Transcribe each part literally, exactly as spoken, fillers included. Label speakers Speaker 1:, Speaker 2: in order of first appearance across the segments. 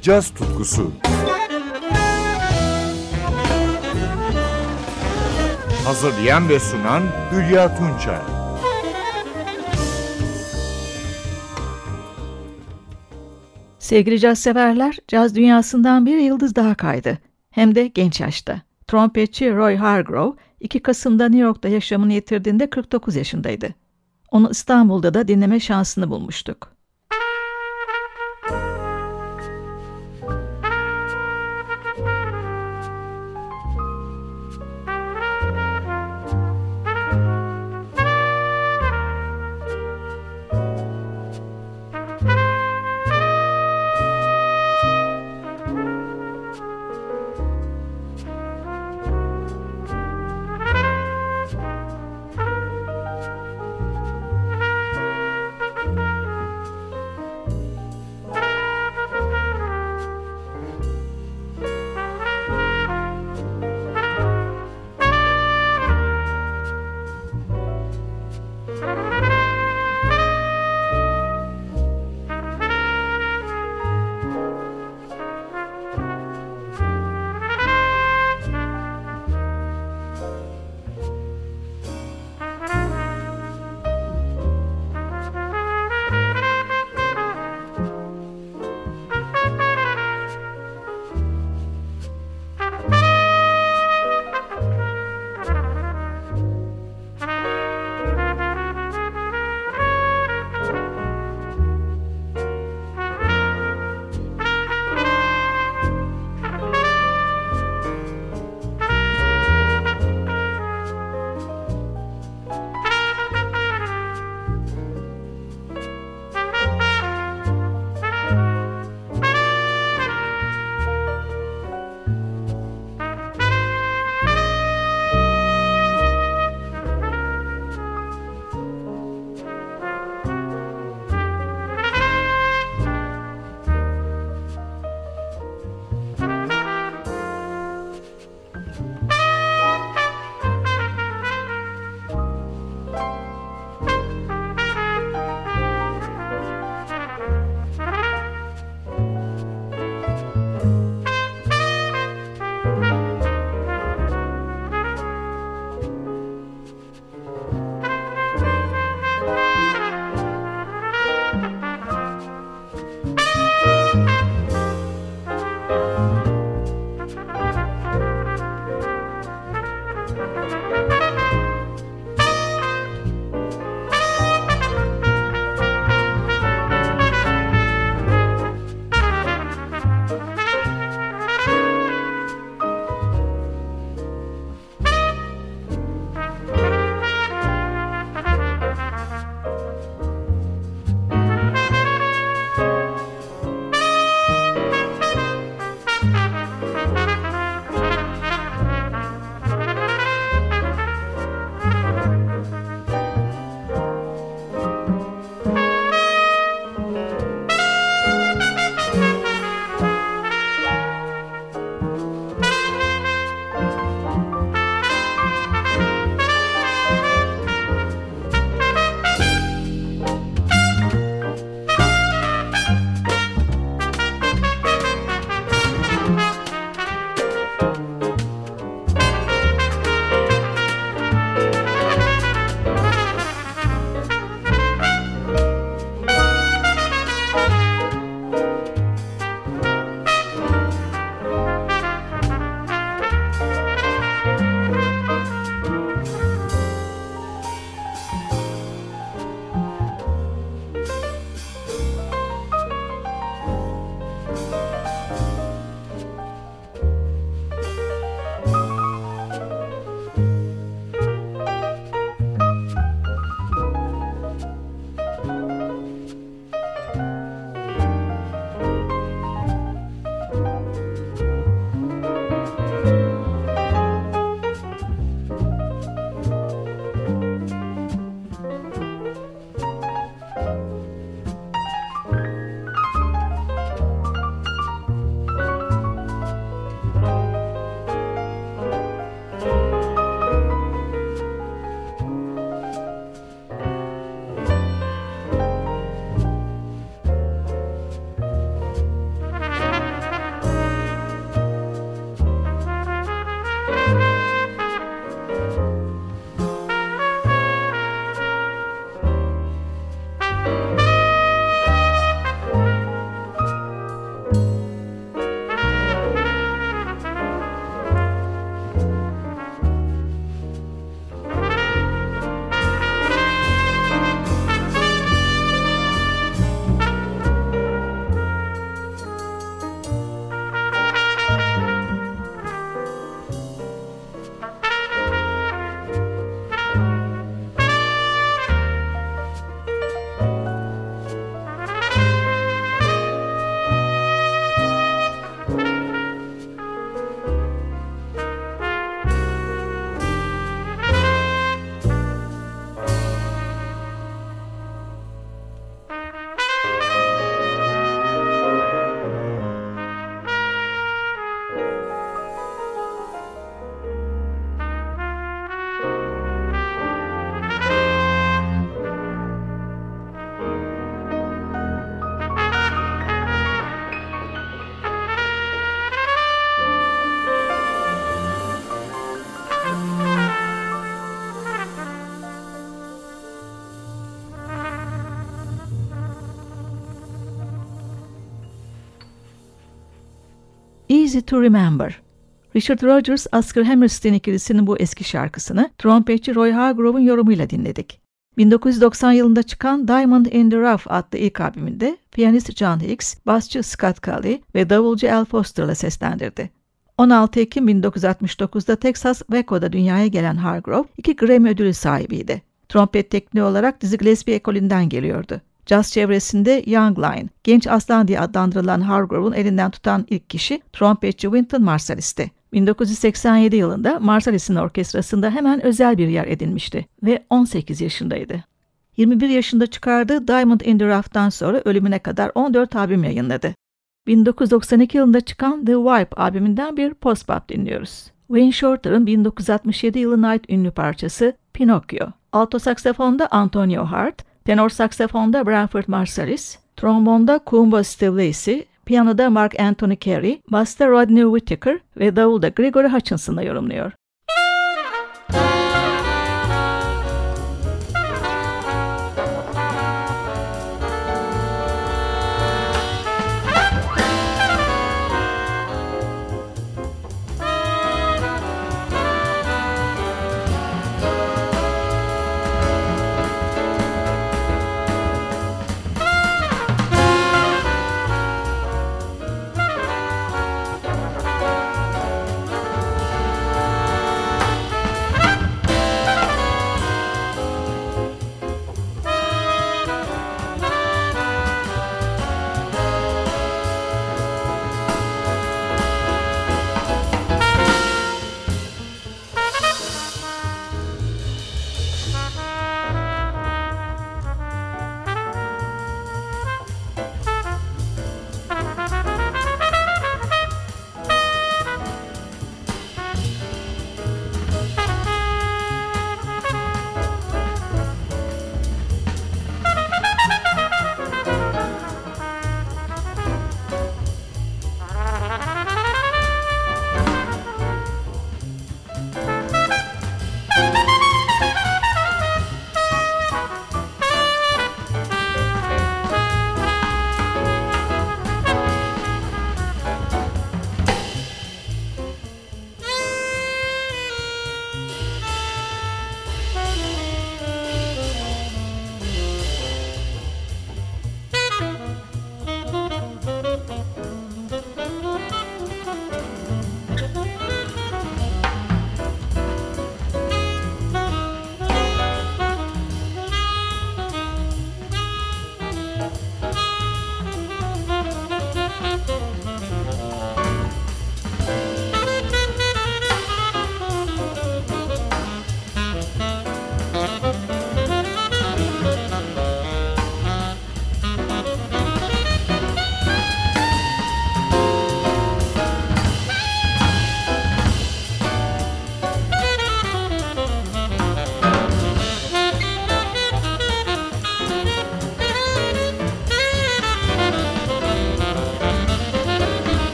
Speaker 1: caz tutkusu. Hazırlayan ve sunan Hülya Tunçay.
Speaker 2: Sevgili caz severler, caz dünyasından bir yıldız daha kaydı. Hem de genç yaşta. Trompetçi Roy Hargrove, iki Kasım'da New York'ta yaşamını yitirdiğinde kırk dokuz yaşındaydı. Onu İstanbul'da da dinleme şansını bulmuştuk. Easy to Remember. Richard Rodgers, Oscar Hammerstein ikilisinin bu eski şarkısını trompetçi Roy Hargrove'un yorumuyla dinledik. bin dokuz yüz doksan yılında çıkan Diamond in the Rough adlı ilk albümünde piyanist John Hicks, basçı Scott Colley ve davulcu Al Foster'la seslendirdi. on altı Ekim bin dokuz yüz altmış dokuzda Texas Waco'da dünyaya gelen Hargrove, iki Grammy ödülü sahibiydi. Trompet tekniği olarak Dizzy Gillespie ekolünden geliyordu. Caz çevresinde Young Lion, genç aslan diye adlandırılan Hargrove'un elinden tutan ilk kişi trompetçi Wynton Marsalis'ti. bin dokuz yüz seksen yedi yılında Marsalis'in orkestrasında hemen özel bir yer edinmişti ve on sekiz yaşındaydı. yirmi bir yaşında çıkardığı Diamond in the Rough'tan sonra ölümüne kadar on dört albüm yayınladı. bin dokuz yüz doksan iki yılında çıkan The Vibe albümünden bir post-bop dinliyoruz. Wayne Shorter'ın bin dokuz yüz altmış yedi yılına ait ünlü parçası Pinocchio. Alto saksafonda Antonio Hart, tenor saksafonda Branford Marsalis, trombonda Kumba Steve Lacy, piyanoda Mark Anthony Carey, basta Rodney Whittaker ve davulda Gregory Hutchinson'la yorumluyor.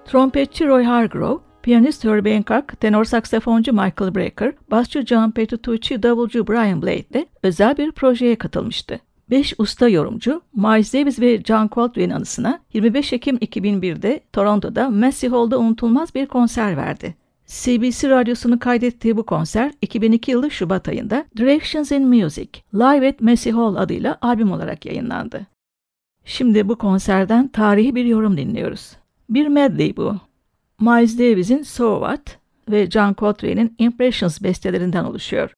Speaker 2: Trompetçi Roy Hargrove, piyanist Herbie Hancock, tenor saksafoncu Michael Brecker, basçı John Petrucci, davulcu Brian Blade ile özel bir projeye katılmıştı. Beş usta yorumcu, Miles Davis ve John Coltrane anısına yirmi beş Ekim iki bin bir'de Toronto'da Massey Hall'da unutulmaz bir konser verdi. C B C radyosunun kaydettiği bu konser iki bin iki yılı Şubat ayında Directions in Music, Live at Massey Hall adıyla albüm olarak yayınlandı. Şimdi bu konserden tarihi bir yorum dinliyoruz. Bir medley bu. Miles Davis'in So What ve John Coltrane'in Impressions bestelerinden oluşuyor.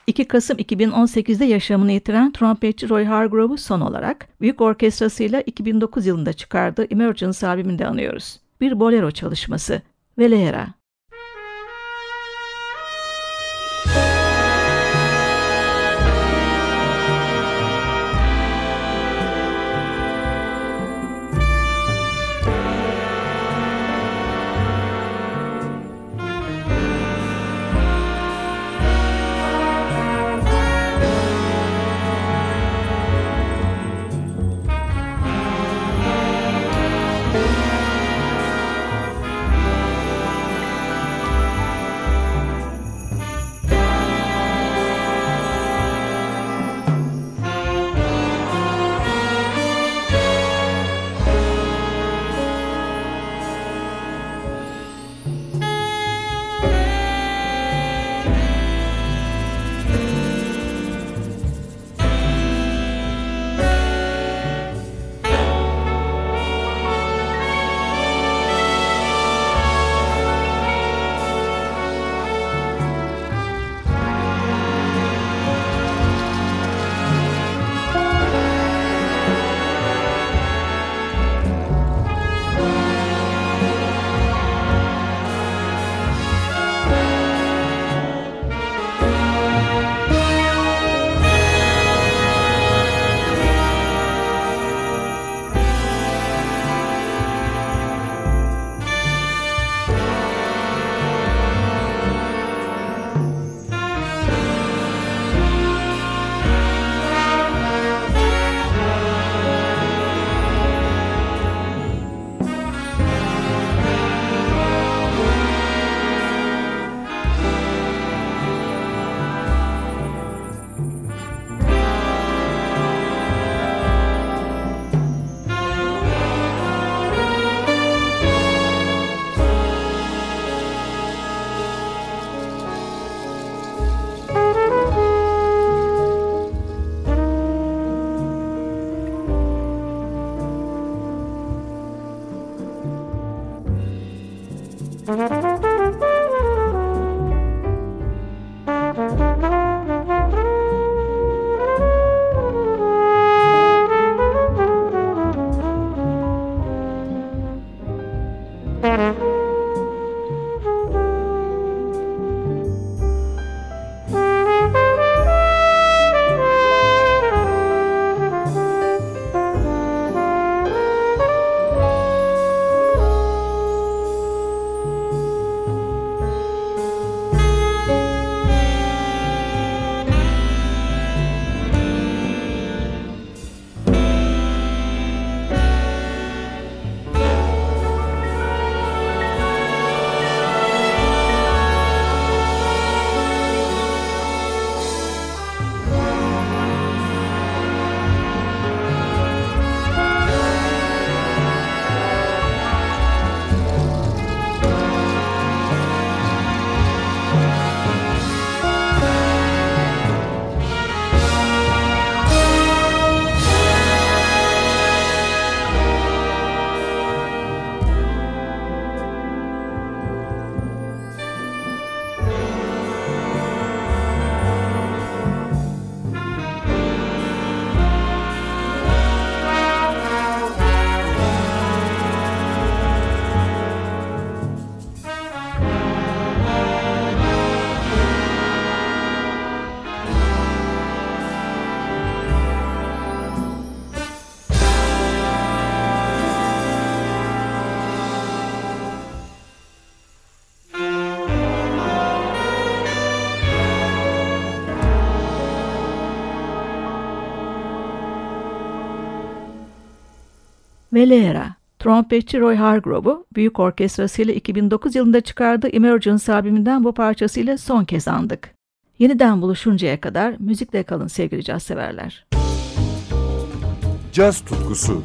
Speaker 2: iki Kasım iki bin on sekizde yaşamını yitiren trompetçi Roy Hargrove'u son olarak büyük orkestrasıyla iki bin dokuz yılında çıkardığı Emergence albümünde anıyoruz. Bir bolero çalışması, Velera. Velera, trompetçi Roy Hargrove'u büyük orkestrasıyla iki bin dokuz yılında çıkardığı Emergence albümünden bu parçasıyla son kez andık. Yeniden buluşuncaya kadar müzikle kalın sevgili caz severler.
Speaker 1: Caz tutkusu.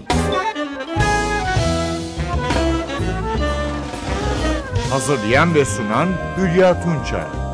Speaker 1: Hazırlayan ve sunan Hülya Tunçay.